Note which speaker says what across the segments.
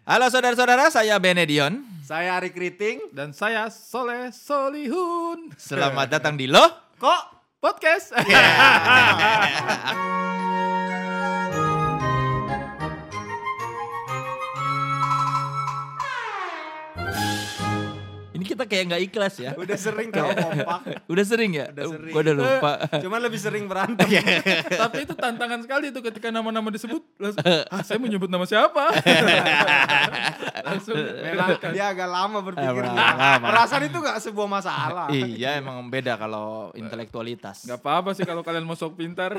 Speaker 1: Halo saudara-saudara, saya Benedion.
Speaker 2: Saya Ari Kriting.
Speaker 3: Dan saya Soleh Solihun.
Speaker 1: Selamat datang di Loh
Speaker 3: Kok Podcast.
Speaker 1: Ini kita kayak gak ikhlas ya.
Speaker 2: Udah sering kalau kompak.
Speaker 1: Udah sering ya?
Speaker 2: Udah sering.
Speaker 1: Gue udah lupa.
Speaker 2: Cuman lebih sering berantem.
Speaker 3: Tapi itu tantangan sekali itu ketika nama-nama disebut. Langsung, saya mau nyebut nama siapa? Langsung.
Speaker 2: Memang dia agak lama berpikir.
Speaker 1: Lama.
Speaker 2: Perasaan itu gak sebuah masalah.
Speaker 1: Iya emang beda kalau intelektualitas.
Speaker 3: Gak apa-apa sih kalau kalian mau sok pintar.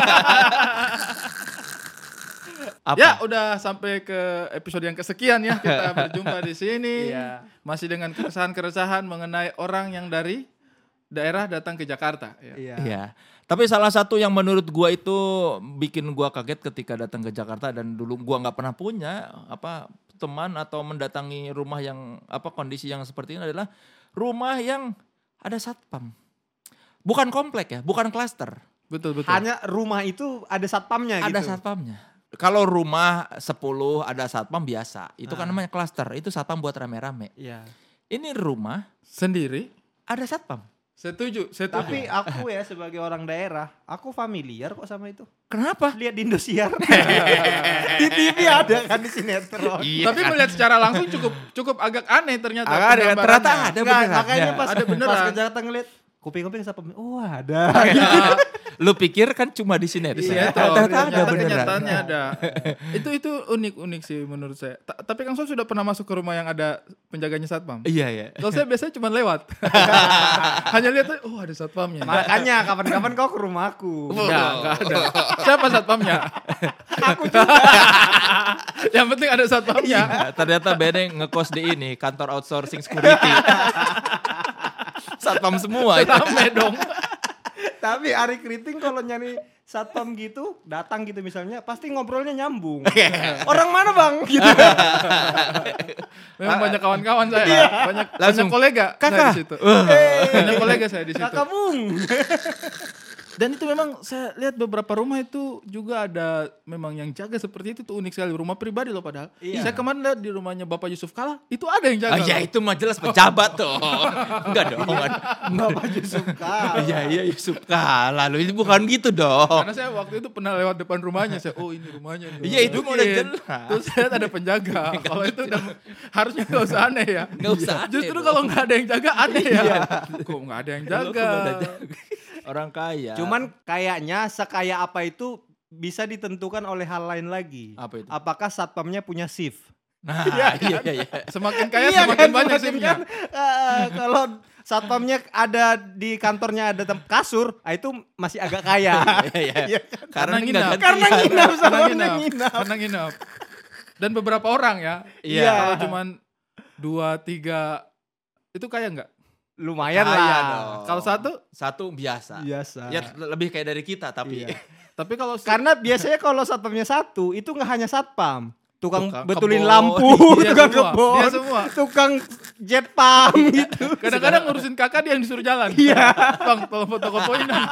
Speaker 1: Apa?
Speaker 3: Ya udah sampai ke episode yang kesekian ya. Kita berjumpa di sini.
Speaker 2: Iya.
Speaker 3: Masih dengan keresahan-keresahan mengenai orang yang dari daerah datang ke Jakarta. Ya.
Speaker 1: Iya. Tapi salah satu yang menurut gua itu bikin gua kaget ketika datang ke Jakarta dan dulu gua nggak pernah punya teman atau mendatangi rumah yang kondisi yang seperti ini adalah rumah yang ada satpam. Bukan komplek ya, bukan klaster.
Speaker 3: Betul.
Speaker 2: Hanya rumah itu ada satpamnya gitu.
Speaker 1: Ada satpamnya. Kalau rumah 10 ada satpam biasa, itu kan namanya klaster, itu satpam buat rame-rame.
Speaker 2: Iya.
Speaker 1: Ini rumah
Speaker 3: Sendiri.
Speaker 1: ada satpam.
Speaker 3: Setuju.
Speaker 2: Tapi aku ya sebagai orang daerah, aku familiar kok sama itu.
Speaker 1: Kenapa?
Speaker 2: Lihat di Indosiar. Di TV ada kan di sinetron.
Speaker 3: Tapi melihat secara langsung cukup agak aneh ternyata.
Speaker 1: Ternyata
Speaker 3: penggambarannya.
Speaker 1: ada
Speaker 2: Enggak,
Speaker 1: beneran.
Speaker 2: makanya
Speaker 1: Ya.
Speaker 2: pas
Speaker 3: Ada beneran.
Speaker 2: ke Jakarta ngeliat kuping-kuping satpam. Oh ada.
Speaker 1: Lu pikir kan cuma di sinetron.
Speaker 3: Iya,
Speaker 1: Ternyata ada beneran.
Speaker 3: kenyataannya ada. Itu unik sih menurut saya. Tapi Kang Sol sudah pernah masuk ke rumah yang ada penjaganya satpam?
Speaker 1: Iya.
Speaker 3: Kalau saya biasanya cuma lewat. Hanya lihat, oh ada satpamnya.
Speaker 2: Makanya kapan-kapan kau ke rumahku.
Speaker 3: Enggak ada. Siapa satpamnya?
Speaker 2: Aku juga.
Speaker 3: Yang penting ada satpamnya.
Speaker 1: Ternyata Bene ngekos di ini, kantor outsourcing security. Satpam semua itu.
Speaker 3: Rame dong.
Speaker 2: Tapi Ari Kriting kalau nyari satpam gitu, datang gitu misalnya, pasti ngobrolnya nyambung. Orang mana bang? Gitu.
Speaker 3: Memang banyak kawan-kawan saya. Banyak kolega saya
Speaker 1: Kakak.
Speaker 3: di situ. Banyak kolega saya di situ.
Speaker 2: Kakak Bung.
Speaker 3: Dan itu memang saya lihat beberapa rumah itu juga ada memang yang jaga seperti itu tuh unik sekali. Rumah pribadi loh padahal.
Speaker 2: Iya.
Speaker 3: Saya kemarin lihat di rumahnya Bapak Yusuf Kala, itu ada yang jaga.
Speaker 1: Ya
Speaker 3: loh.
Speaker 1: itu mah jelas pejabat tuh. Enggak dong.
Speaker 2: Bapak Yusuf Kala.
Speaker 1: Iya Yusuf Kala. Lalu itu bukan gitu dong.
Speaker 3: Karena saya waktu itu pernah lewat depan rumahnya, saya ini rumahnya nih.
Speaker 1: Iya, itu mah udah
Speaker 3: Mungkin.
Speaker 1: jelas.
Speaker 3: Terus saya lihat ada penjaga. Kalau itu udah harusnya nggak usah aneh ya.
Speaker 1: Nggak usah aneh
Speaker 3: Justru
Speaker 1: dong.
Speaker 3: kalau nggak ada yang jaga aneh ya. Kok nggak ada yang jaga?
Speaker 1: Orang kaya.
Speaker 2: Cuman kayaknya sekaya apa itu bisa ditentukan oleh hal lain lagi.
Speaker 1: Apa itu?
Speaker 2: Apakah satpamnya punya shift?
Speaker 1: Nah,
Speaker 3: Iya.
Speaker 1: iya.
Speaker 3: Semakin kaya
Speaker 2: Iya
Speaker 3: semakin
Speaker 2: kan,
Speaker 3: banyak
Speaker 2: semakin
Speaker 3: shiftnya.
Speaker 2: Kalau satpamnya ada di kantornya ada kasur, itu masih agak kaya.
Speaker 1: Iya.
Speaker 3: Karena
Speaker 1: nggak
Speaker 3: nginap.
Speaker 1: ganti.
Speaker 2: Karena nginap sama
Speaker 3: Karena nginap. Dan beberapa orang ya.
Speaker 1: Iya.
Speaker 3: Kalau cuman 2, 3 itu kaya nggak?
Speaker 2: Lumayan
Speaker 1: Kaya
Speaker 2: lah.
Speaker 1: dong.
Speaker 3: Kalau
Speaker 1: Satu biasa.
Speaker 2: Biasa.
Speaker 1: Ya lebih kayak dari kita tapi.
Speaker 2: Iya.
Speaker 3: Tapi kalau
Speaker 2: Karena biasanya kalau satpamnya satu, itu nggak hanya satpam. Tukang
Speaker 1: Tukang
Speaker 2: betulin
Speaker 1: kebon.
Speaker 2: lampu,
Speaker 3: Dia
Speaker 2: tukang
Speaker 3: semua,
Speaker 2: kebon,
Speaker 3: dia semua.
Speaker 2: tukang jet pump gitu.
Speaker 3: kadang-kadang ngurusin kakak dia yang disuruh jalan.
Speaker 2: Iya.
Speaker 3: Bang, tolong fotokopiin dong.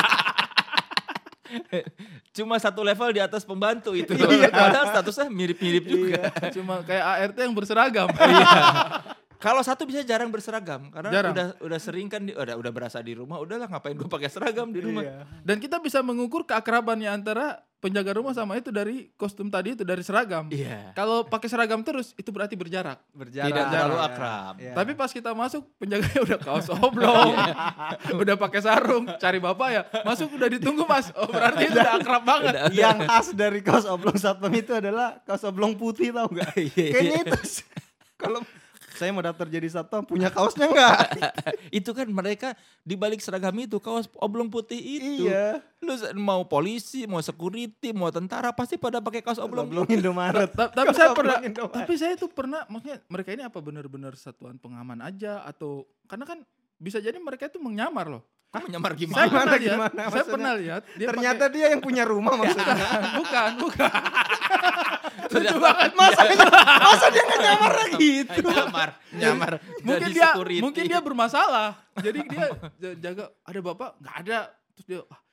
Speaker 1: Cuma satu level di atas pembantu itu.
Speaker 2: Iya.
Speaker 1: Padahal statusnya mirip-mirip juga.
Speaker 3: Cuma kayak ART yang berseragam.
Speaker 1: Kalau satu bisa jarang berseragam karena
Speaker 3: Jarang.
Speaker 1: udah sering kan udah berasa di rumah, udahlah ngapain gue pakai seragam di rumah.
Speaker 2: Iya.
Speaker 3: Dan kita bisa mengukur keakrabannya antara penjaga rumah sama itu dari kostum tadi itu dari seragam.
Speaker 1: Iya.
Speaker 3: Kalau pakai seragam terus itu berarti berjarak.
Speaker 2: Berjarak.
Speaker 1: Tidak terlalu
Speaker 2: Iya.
Speaker 1: akrab.
Speaker 2: Iya.
Speaker 3: Tapi pas kita masuk penjaganya udah kaos oblong, udah pakai sarung, cari bapak ya, masuk udah ditunggu mas. Oh berarti itu udah akrab banget.
Speaker 2: Yang khas dari kaos oblong satpam itu adalah kaos oblong putih, tau nggak? Kayaknya itu kalau saya mau daftar jadi satpam punya kaosnya nggak?
Speaker 1: Itu kan mereka di balik seragam itu kaos oblong putih itu.
Speaker 2: Iya.
Speaker 1: Lu mau polisi, mau security, mau tentara pasti pada pakai kaos oblong.
Speaker 2: Oblong Indomaret.
Speaker 3: Tapi saya pernah,
Speaker 2: Oblong Indomaret.
Speaker 3: tapi saya itu pernah, maksudnya mereka ini apa benar-benar satuan pengaman aja atau karena kan bisa jadi mereka itu menyamar loh.
Speaker 1: Kamu nyamar
Speaker 3: Saya
Speaker 1: gimana?
Speaker 3: pernah lihat,
Speaker 2: gimana
Speaker 3: saya
Speaker 2: maksudnya?
Speaker 3: pernah lihat. Dia
Speaker 2: Ternyata dia yang punya rumah maksudnya.
Speaker 3: bukan.
Speaker 1: Ternyata
Speaker 2: Masa dia nggak nyamar lagi itu?
Speaker 1: nyamar.
Speaker 3: Mungkin
Speaker 1: Jadi
Speaker 3: dia
Speaker 1: security.
Speaker 3: mungkin dia bermasalah. Jadi dia jaga ada bapak nggak ada terus dia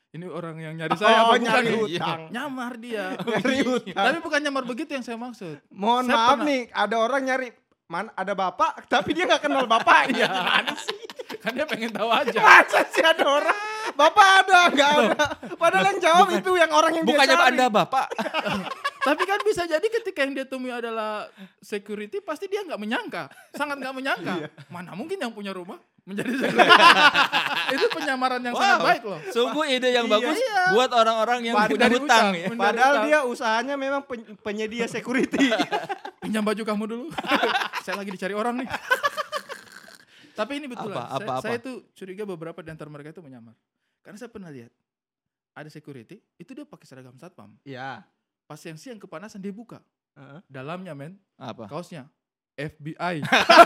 Speaker 3: ini orang yang nyari saya apa bukan
Speaker 2: nyari
Speaker 3: nih?
Speaker 2: hutang.
Speaker 3: Nyamar dia.
Speaker 2: Nyari hutang.
Speaker 3: Tapi bukan nyamar begitu yang saya maksud.
Speaker 2: Mohon
Speaker 3: Saya
Speaker 2: maaf
Speaker 3: pernah-
Speaker 2: nih, ada orang nyari ada bapak, tapi dia nggak kenal bapaknya. Gimana sih?
Speaker 3: Kan dia pengen tahu aja.
Speaker 2: Masa sih ada orang, bapak ada, nggak ada. Padahal yang jawab itu yang orang yang
Speaker 1: Bukannya
Speaker 2: dia cari.
Speaker 1: Anda Bapak.
Speaker 3: Tapi kan bisa jadi ketika yang dia temui adalah security, pasti dia nggak menyangka, sangat nggak menyangka. Mana mungkin yang punya rumah menjadi security? Itu penyamaran yang sangat baik loh.
Speaker 1: Sungguh ide yang bagus
Speaker 3: Iya.
Speaker 1: buat orang-orang yang
Speaker 2: Padahal
Speaker 1: punya
Speaker 3: dari
Speaker 1: hutang.
Speaker 3: hutang.
Speaker 1: Ya.
Speaker 2: Padahal
Speaker 3: Hutang.
Speaker 2: dia usahanya memang penyedia security.
Speaker 3: Pinjam baju kamu dulu. Saya lagi dicari orang nih. Tapi ini betul.
Speaker 1: Apa?
Speaker 3: Saya tuh curiga beberapa di antara mereka itu menyamar. Karena saya pernah lihat ada security, itu dia pakai seragam satpam.
Speaker 2: Iya.
Speaker 3: Pas yang siang kepanasan dia buka. Dalamnya
Speaker 1: Apa?
Speaker 3: kaosnya FBI.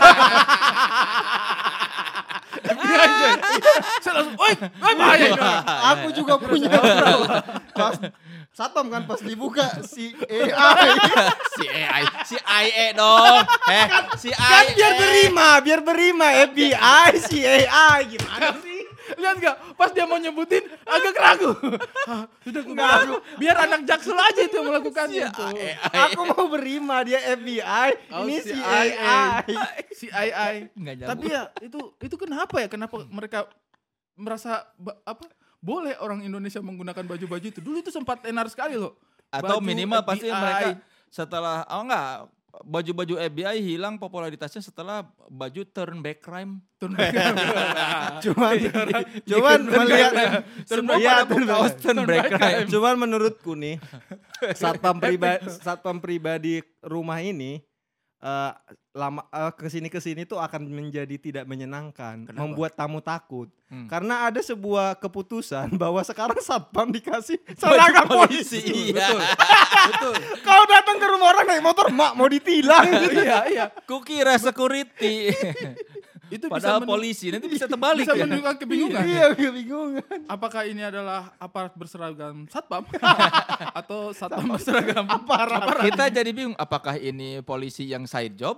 Speaker 3: FBI coy. Saya langsung, oi, bahaya ini orang."
Speaker 2: Aku juga punya bro. Pas satpam kan pas dibuka si AI.
Speaker 1: si IE dong. Si
Speaker 2: Kan
Speaker 1: IE.
Speaker 2: biar berima FBI si AI gimana sih?
Speaker 3: Lihat gak? Pas dia mau nyebutin agak ragu. Sudah ragu. Biar anak jaksel aja itu yang melakukannya itu.
Speaker 2: Aku mau berima dia FBI,
Speaker 3: Oh,
Speaker 2: ini
Speaker 3: si
Speaker 2: si AI.
Speaker 3: Si AI.
Speaker 1: Nggak nyambung.
Speaker 3: Tapi ya itu kenapa ya? Kenapa mereka merasa boleh orang Indonesia menggunakan baju-baju itu? Dulu itu sempat tenar sekali loh.
Speaker 1: Atau
Speaker 3: Baju
Speaker 1: minimal pasti
Speaker 3: FBI.
Speaker 1: mereka setelah baju-baju FBI hilang popularitasnya setelah baju turn back crime.
Speaker 2: Cuman melihat
Speaker 1: Semua
Speaker 2: Iya,
Speaker 1: pada kaos turn back crime.
Speaker 2: Cuman menurutku nih satpam pribadi rumah ini kesini tuh akan menjadi tidak menyenangkan.
Speaker 3: Kenapa?
Speaker 2: Membuat tamu takut. Karena ada sebuah keputusan bahwa sekarang satpam dikasih seragam polisi.
Speaker 1: Iya.
Speaker 3: Betul.
Speaker 2: Kau datang ke rumah orang naik motor, mak mau ditilang.
Speaker 3: Iya.
Speaker 1: Kukira security.
Speaker 3: Itu
Speaker 1: Padahal
Speaker 3: bisa
Speaker 1: polisi nanti bisa terbalik
Speaker 3: bisa
Speaker 1: ya.
Speaker 3: menunjukkan kebingungan.
Speaker 2: Iya, kebingungan.
Speaker 3: Apakah ini adalah aparat berseragam satpam atau satpam berseragam
Speaker 2: Aparat.
Speaker 1: Kita jadi bingung apakah ini polisi yang side job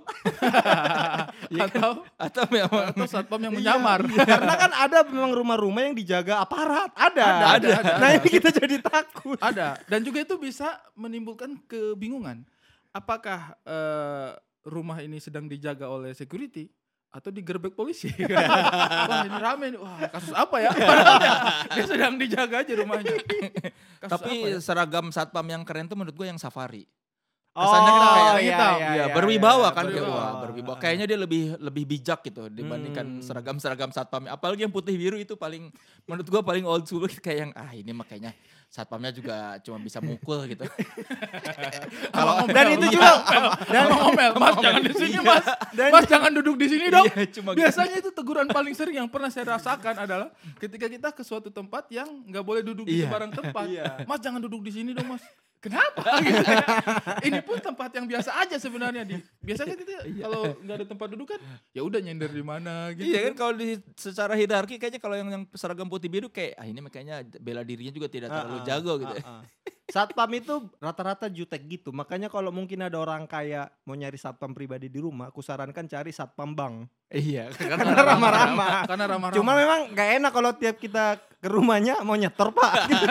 Speaker 1: atau memang
Speaker 3: atau satpam yang menyamar.
Speaker 2: Karena kan ada memang rumah-rumah yang dijaga aparat. Ada.
Speaker 3: Ada.
Speaker 2: Nah ini kita jadi takut.
Speaker 3: Ada. Dan juga itu bisa menimbulkan kebingungan. Apakah rumah ini sedang dijaga oleh security atau digerebek polisi? Wah ini rame nih. Wah kasus apa ya? Padahal dia sedang dijaga aja rumahnya. Kasus
Speaker 1: tapi
Speaker 3: apa ya?
Speaker 1: seragam satpam yang keren tuh menurut gue yang safari.
Speaker 2: Oh,
Speaker 1: Kesannya kan kayak
Speaker 3: hitam.
Speaker 1: Iya, berwibawa kan kayak
Speaker 3: berwibawa.
Speaker 1: wah, berwibawa. Kayaknya dia lebih bijak gitu dibandingkan seragam-seragam satpam. Apalagi yang putih biru itu paling menurut gua paling old school kayak yang ini makanya satpamnya juga cuma bisa mukul gitu.
Speaker 3: Kalau
Speaker 2: Dan itu juga
Speaker 3: dan ngomel, Mas jangan di sini Mas. Mas jangan duduk di sini dong.
Speaker 1: Iya, cuma gitu.
Speaker 3: Biasanya itu teguran paling sering yang pernah saya rasakan adalah ketika kita ke suatu tempat yang nggak boleh duduk di
Speaker 1: Iya.
Speaker 3: sembarang tempat.
Speaker 2: Iya.
Speaker 3: Mas jangan duduk di sini dong Mas. Kenapa? Gitu. Ini pun tempat yang biasa aja sebenarnya biasanya kita kalau nggak ada tempat duduk kan ya udah nyender di mana gitu.
Speaker 1: Iya kan kalau secara hierarki kayaknya kalau yang seragam putih biru kayak ini makanya bela dirinya juga tidak terlalu jago gitu.
Speaker 2: Satpam itu rata-rata jutek gitu. Makanya kalau mungkin ada orang kaya mau nyari satpam pribadi di rumah, aku sarankan cari satpam bank.
Speaker 1: Iya,
Speaker 2: Karena ramah-ramah.
Speaker 3: Karena ramah-ramah.
Speaker 2: Cuma memang gak enak kalau tiap kita ke rumahnya mau nyetor pak.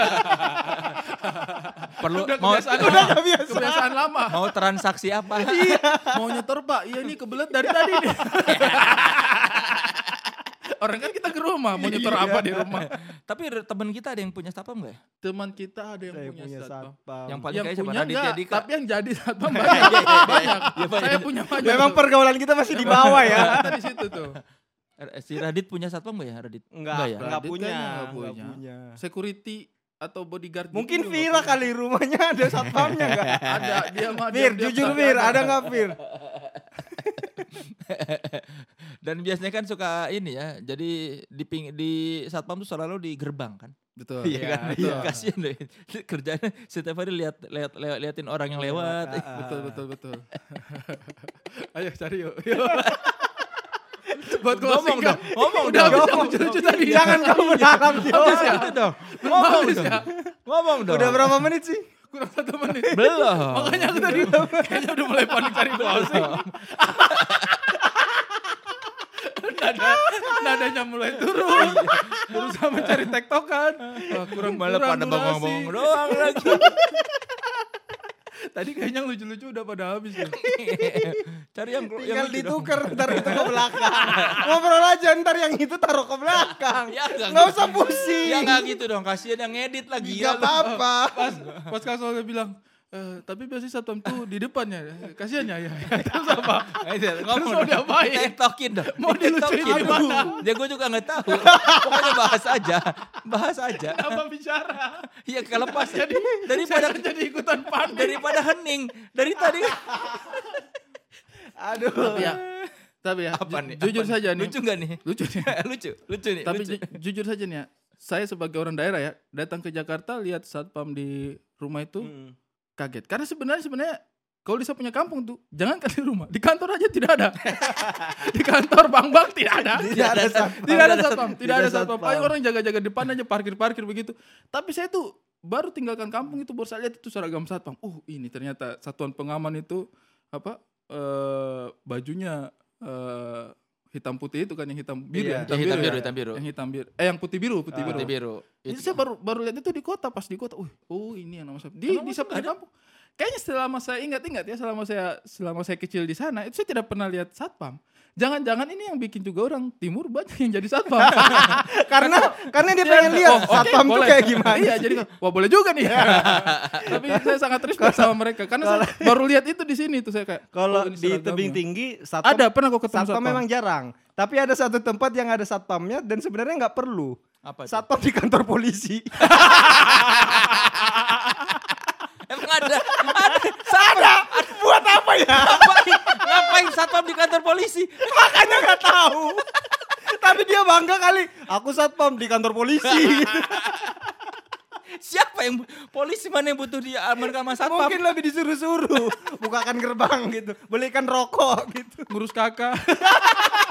Speaker 1: perlu
Speaker 3: udah
Speaker 1: mau
Speaker 3: kebiasaan lama.
Speaker 1: mau transaksi apa?
Speaker 3: Mau nyetor Pak, iya ini kebelet dari tadi nih. Orang kan kita ke rumah, mau nyetor apa di rumah.
Speaker 1: Tapi teman kita ada yang punya satpam nggak ya?
Speaker 3: Teman kita ada yang
Speaker 2: Saya
Speaker 3: punya satpam.
Speaker 1: Yang paling
Speaker 3: Yang
Speaker 1: kayak siapa?
Speaker 3: punya
Speaker 1: Raditya
Speaker 3: enggak,
Speaker 1: Dika.
Speaker 3: tapi yang jadi satpam banyak. Saya punya banyak.
Speaker 2: Memang pergaulan kita masih di bawah ya.
Speaker 3: Kita di situ tuh.
Speaker 1: Si Radit punya satpam nggak ya Radit?
Speaker 2: Enggak,
Speaker 1: ya?
Speaker 2: enggak
Speaker 3: Radit
Speaker 2: punya.
Speaker 3: kayaknya
Speaker 2: Enggak
Speaker 3: nggak punya.
Speaker 2: punya.
Speaker 3: Security atau bodyguard.
Speaker 2: Mungkin
Speaker 3: gitu
Speaker 2: Vira
Speaker 3: nggak punya.
Speaker 2: kali rumahnya ada satpamnya enggak?
Speaker 3: Ada, dia mah.
Speaker 2: Fir,
Speaker 3: diam-diam
Speaker 2: jujur
Speaker 3: tapi
Speaker 2: Fir, ada enggak Fir?
Speaker 1: Dan biasanya kan suka ini ya. Jadi di satpam tuh selalu di gerbang kan.
Speaker 3: Betul.
Speaker 1: Iya kan?
Speaker 2: iya.
Speaker 1: Kasian deh. Kerjanya setiap hari liatin orang yang lewat.
Speaker 3: Betul. Ayo cari yuk. Buat
Speaker 1: Ngomong
Speaker 3: closing
Speaker 1: dong, ngomong
Speaker 3: Udah
Speaker 1: dong.
Speaker 3: habis yang lucu-lucu tadi.
Speaker 2: Jangan kamu berharap
Speaker 1: Habis ya?
Speaker 2: jawab.
Speaker 1: dong. Ngomong
Speaker 3: Habis
Speaker 1: dong.
Speaker 3: ya?
Speaker 1: Ngomong dong.
Speaker 2: Udah berapa menit sih?
Speaker 3: Kurang 1 menit.
Speaker 1: Belum.
Speaker 3: Makanya aku tadi kayaknya udah mulai panik cari closing. Nada nadanya mulai turun. Berusaha mencari tektokan. Kurang
Speaker 1: Malah pada
Speaker 3: durasi.
Speaker 1: bengong-bengong doang lagi.
Speaker 3: Tadi kayaknya yang lucu-lucu udah pada habis ya.
Speaker 1: Cari yang
Speaker 2: Tinggal
Speaker 1: lucu dong.
Speaker 2: ditukar ntar itu ke belakang. Ngobrol aja ntar yang itu taruh ke belakang.
Speaker 1: Ya,
Speaker 2: Nggak usah pusing.
Speaker 1: Ya nggak gitu dong, kasihan yang ngedit lagi.
Speaker 2: Gak apa-apa.
Speaker 3: Pas Kasolnya bilang, tapi biasanya satpam tuh di depannya. Kasihan ya. Terus apa?
Speaker 1: Ngomong
Speaker 3: Terus mau diapain?
Speaker 1: TikTokin dong.
Speaker 3: Mau dilucuin di mana?
Speaker 1: Ya gue juga nggak tahu. Pokoknya bahas aja.
Speaker 3: Apa bicara?
Speaker 1: Iya kelepas.
Speaker 3: Daripada jadi ikutan panik.
Speaker 1: Daripada hening. Dari tadi kan.
Speaker 2: Aduh.
Speaker 3: Tapi ya,
Speaker 1: Apa nih?
Speaker 3: jujur
Speaker 1: Apa
Speaker 3: saja
Speaker 1: nih?
Speaker 3: nih.
Speaker 1: Lucu nggak nih?
Speaker 3: Lucu nih.
Speaker 1: lucu nih.
Speaker 3: Tapi
Speaker 1: lucu.
Speaker 3: jujur saja nih ya, saya sebagai orang daerah ya, datang ke Jakarta lihat satpam di rumah itu kaget. Karena sebenarnya kalau di saya punya kampung tuh, jangan di rumah, di kantor aja tidak ada. Di kantor bank tidak ada.
Speaker 2: Tidak ada satpam.
Speaker 3: Tidak ada satpam. Paling orang jaga-jaga depan aja, parkir begitu. Tapi saya tuh baru tinggalkan kampung itu baru saya lihat itu seragam satpam. Ini ternyata satuan pengaman itu bajunya hitam putih itu kan, yang hitam biru.
Speaker 2: Iya,
Speaker 1: hitam biru.
Speaker 3: Yang hitam biru. Yang putih biru.
Speaker 1: Putih biru.
Speaker 3: Itu saya baru lihat itu di kota, pas di kota. Ini yang nama satpam. Di satpam di kampung. Kayaknya selama saya ingat ya, selama saya kecil di sana, itu saya tidak pernah lihat satpam. Jangan-jangan ini yang bikin juga orang timur banyak yang jadi satpam.
Speaker 2: karena dia pengen lihat satpam tuh
Speaker 3: boleh.
Speaker 2: kayak gimana.
Speaker 3: Iya, jadi boleh juga nih. Tapi saya sangat respect sama mereka karena saya baru lihat itu di sini tuh saya kayak.
Speaker 2: Kalau
Speaker 3: ini
Speaker 2: di
Speaker 3: seragamnya.
Speaker 2: tebing tinggi satpam,
Speaker 3: Ada pernah kok ketemu
Speaker 2: satpam memang jarang. Tapi ada satu tempat yang ada satpamnya dan sebenarnya nggak perlu.
Speaker 1: Apa itu?
Speaker 2: Satpam di kantor polisi.
Speaker 1: Emang ada.
Speaker 2: Buat apa ya?
Speaker 1: Ngapain satpam di kantor polisi?
Speaker 2: Makanya nggak tahu. Tapi dia bangga kali. Aku satpam di kantor polisi.
Speaker 1: Siapa yang polisi mana yang butuh diamankan sama satpam?
Speaker 2: Mungkin lebih disuruh-suruh. Bukakan gerbang gitu. Belikan rokok gitu.
Speaker 3: Ngurus kakak.